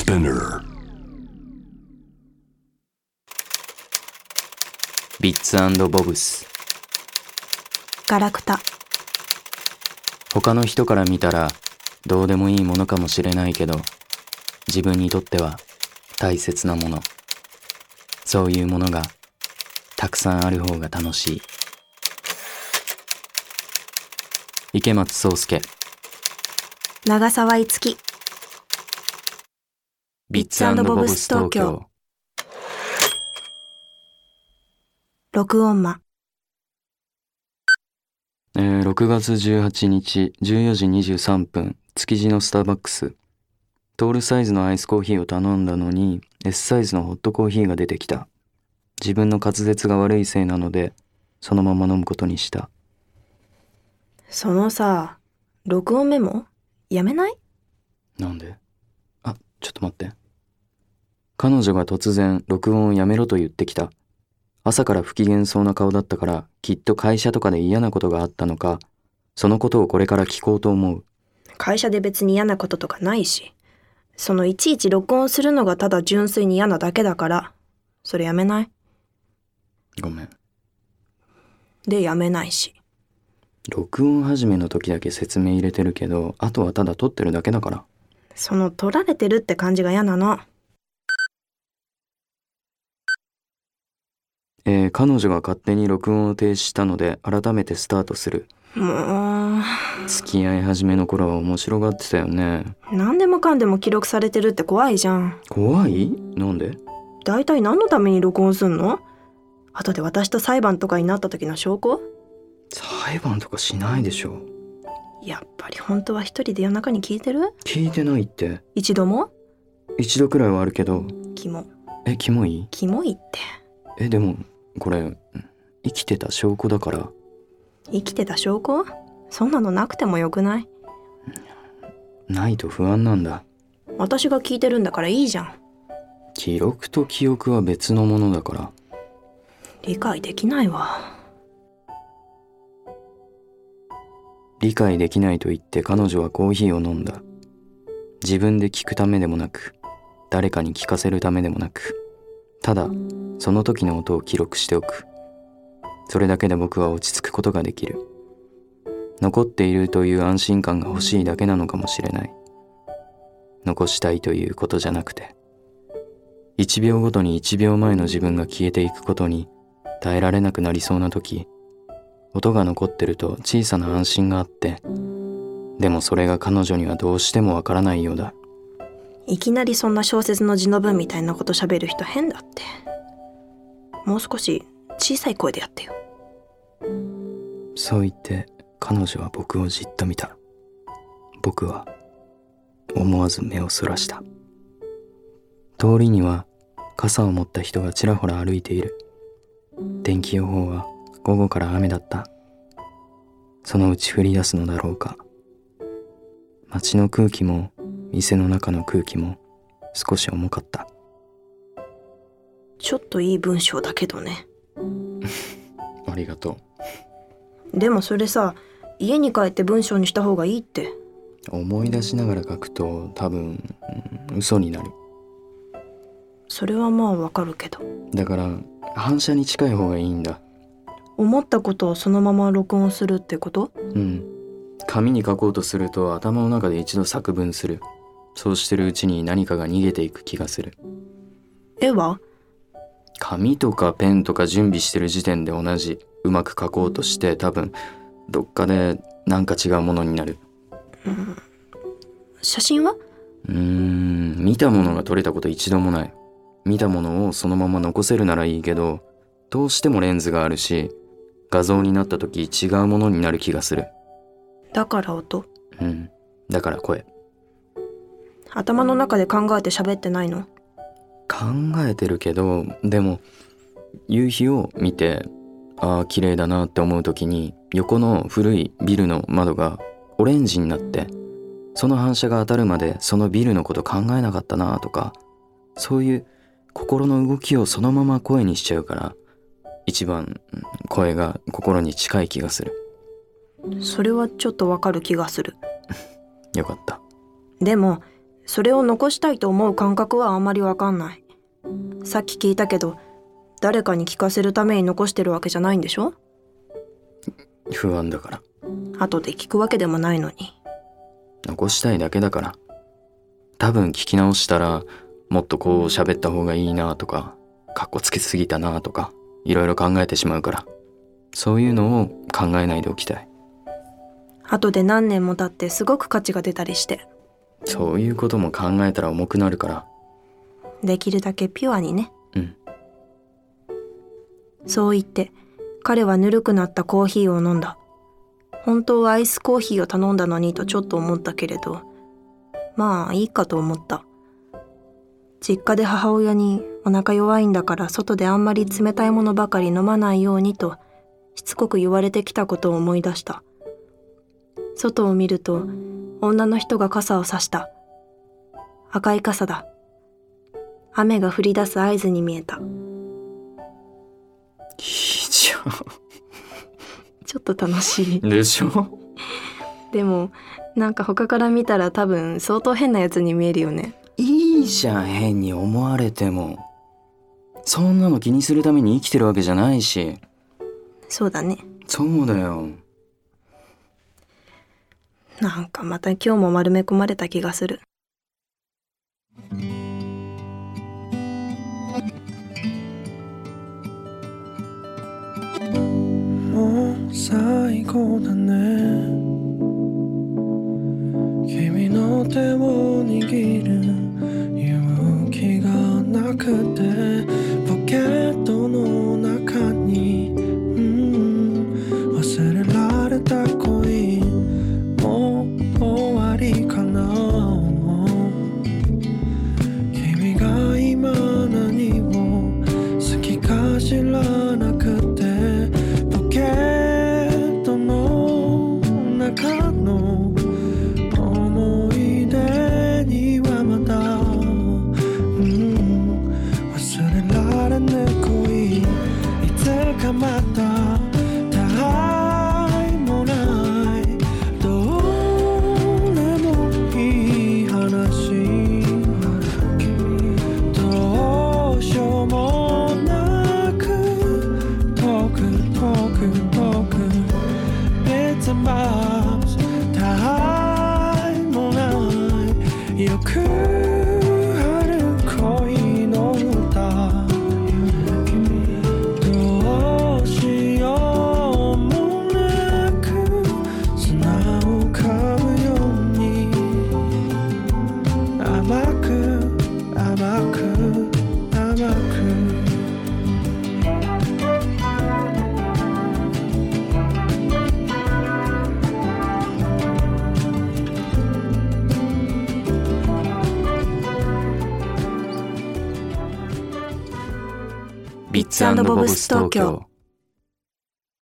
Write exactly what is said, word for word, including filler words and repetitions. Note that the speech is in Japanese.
Spinner ビッツ&ボブス。 ガラクタ。 他の人から見たらどうでもいいものかもしれないけど、自分にとっては大切なもの。そういうものがたくさんある方が楽しい。池松壮亮。 長澤いつき。 ビッツ&ボブス東京。 録音魔。 えー、ろくがつじゅうはちにちじゅうよじにじゅうさんぷん、築地のスターバックス。トールサイズのアイスコーヒーを頼んだのに S サイズのホットコーヒーが出てきた。自分の滑舌が悪いせいなのでそのまま飲むことにした。 そのさ、録音メモやめない？ なんで？あ、ちょっと待って。彼女が突然録音をやめろと言ってきた。朝から不機嫌そうな顔だったから、きっと会社とかで嫌なことがあったのか、そのことをこれから聞こうと思う。 会社で別に嫌なこととかないし、そのいちいち録音するのがただ純粋に嫌なだけだから、それやめない？ ごめん。 で、やめないし。 録音始めの時だけ説明入れてるけど、あとはただ撮ってるだけだから。 その撮られてるって感じが嫌なの。 えー、彼女が勝手に録音を停止したので改めてスタートする。 もう、 付き合い始めの頃は面白がってたよね。 何でもかんでも記録されてるって怖いじゃん。 怖い？なんで？ だいたい何のために録音すんの？後で私と裁判とかになった時の証拠？ 裁判とかしないでしょ。 やっぱり本当は一人で夜中に聞いてる？ 聞いてないって。 一度も？ 一度くらいはあるけど。 キモ。 え、キモい？ キモいって。 え、でもこれ生きてた証拠だから。 生きてた証拠？そんなのなくてもよくない？ ないと不安なんだ。 私が聞いてるんだからいいじゃん。 記録と記憶は別のものだから。 理解できないわ。 理解できないと言って彼女はコーヒーを飲んだ。自分で聞くためでもなく、誰かに聞かせるためでもなく、ただその時の音を記録しておく。それだけで僕は落ち着くことができる。残っているという安心感が欲しいだけなのかもしれない。残したいということじゃなくて、一秒ごとに一秒前の自分が消えていくことに耐えられなくなりそうな時、音が残ってると小さな安心があって、でもそれが彼女にはどうしてもわからないようだ。 いきなりそんな小説の字の文みたいなこと喋る人変だって。もう少し小さい声でやってよ。 そう言って彼女は僕をじっと見た。僕は思わず目をそらした。通りには傘を持った人がちらほら歩いている。天気予報は午後から雨だった。そのうち降り出すのだろうか。街の空気も店の中の空気も少し重かった。 ちょっといい文章だけどね。 ありがとう。でもそれさ、家に帰って文章にした方がいいって。 思い出しながら書くと多分、うん、嘘になる。 それはまあわかるけど。 だから反射に近い方がいいんだ。 思ったことをそのまま録音するってこと？ うん。紙に書こうとすると頭の中で一度作文する。そうしてるうちに何かが逃げていく気がする。 絵は？ 紙とかペンとか準備してる時点で同じ。うまく書こうとして多分どっかでなんか違うものになる。 うん、写真は？ うーん、見たものが撮れたこと一度もない。見たものをそのまま残せるならいいけど、どうしてもレンズがあるし、画像になった時違うものになる気がする。 だから音？ うん、だから声。 頭の中で考えて喋ってないの？ 考えてるけど、でも夕日を見て、ああ綺麗だなって思う時に横の古いビルの窓がオレンジになって、その反射が当たるまでそのビルのこと考えなかったなとか、そういう心の動きをそのまま声にしちゃうから、一番声が心に近い気がする。 それはちょっとわかる気がする。 よかった。 でもそれを残したいと思う感覚はあんまりわかんない。さっき聞いたけど、誰かに聞かせるために残してるわけじゃないんでしょ？ 不安だから。 後で聞くわけでもないのに。 残したいだけだから。多分聞き直したらもっとこう喋った方がいいなとか、かっこつけすぎたなとか、いろいろ考えてしまうから、そういうのを考えないでおきたい。 後で何年も経ってすごく価値が出たりして。 そういうことも考えたら重くなるから。 できるだけピュアにね。 うん。 そう言って彼はぬるくなったコーヒーを飲んだ。本当はアイスコーヒーを頼んだのにとちょっと思ったけれど、まあいいかと思った。実家で母親にお腹弱いんだから外であんまり冷たいものばかり飲まないようにとしつこく言われてきたことを思い出した。外を見ると女の人が傘を差した。赤い傘だ。雨が降り出す合図に見えた。 いいじゃん。 ちょっと楽しい。 でしょ？ でもなんか他から見たら多分相当変なやつに見えるよね。 いいじゃん、変に思われても。そんなの気にするために生きてるわけじゃないし。 そうだね。 そうだよ。 なんかまた今日も丸め込まれた気がする。 もう最後だね。君の手を握る勇気がなくて、ポケットの中に、うん、忘れられた恋、もう終わりかな。君が今何を好きか知らなくて、ポケットの中の思い出にはまだ、うん、忘れられない恋、いつかまた他愛もないどうでもいい話、どうしようもなく遠く遠く遠く It's a mouse 他愛もないよくある恋の歌、どうしようもなく砂を噛むように甘く甘く甘くビッツ&ボブス東京。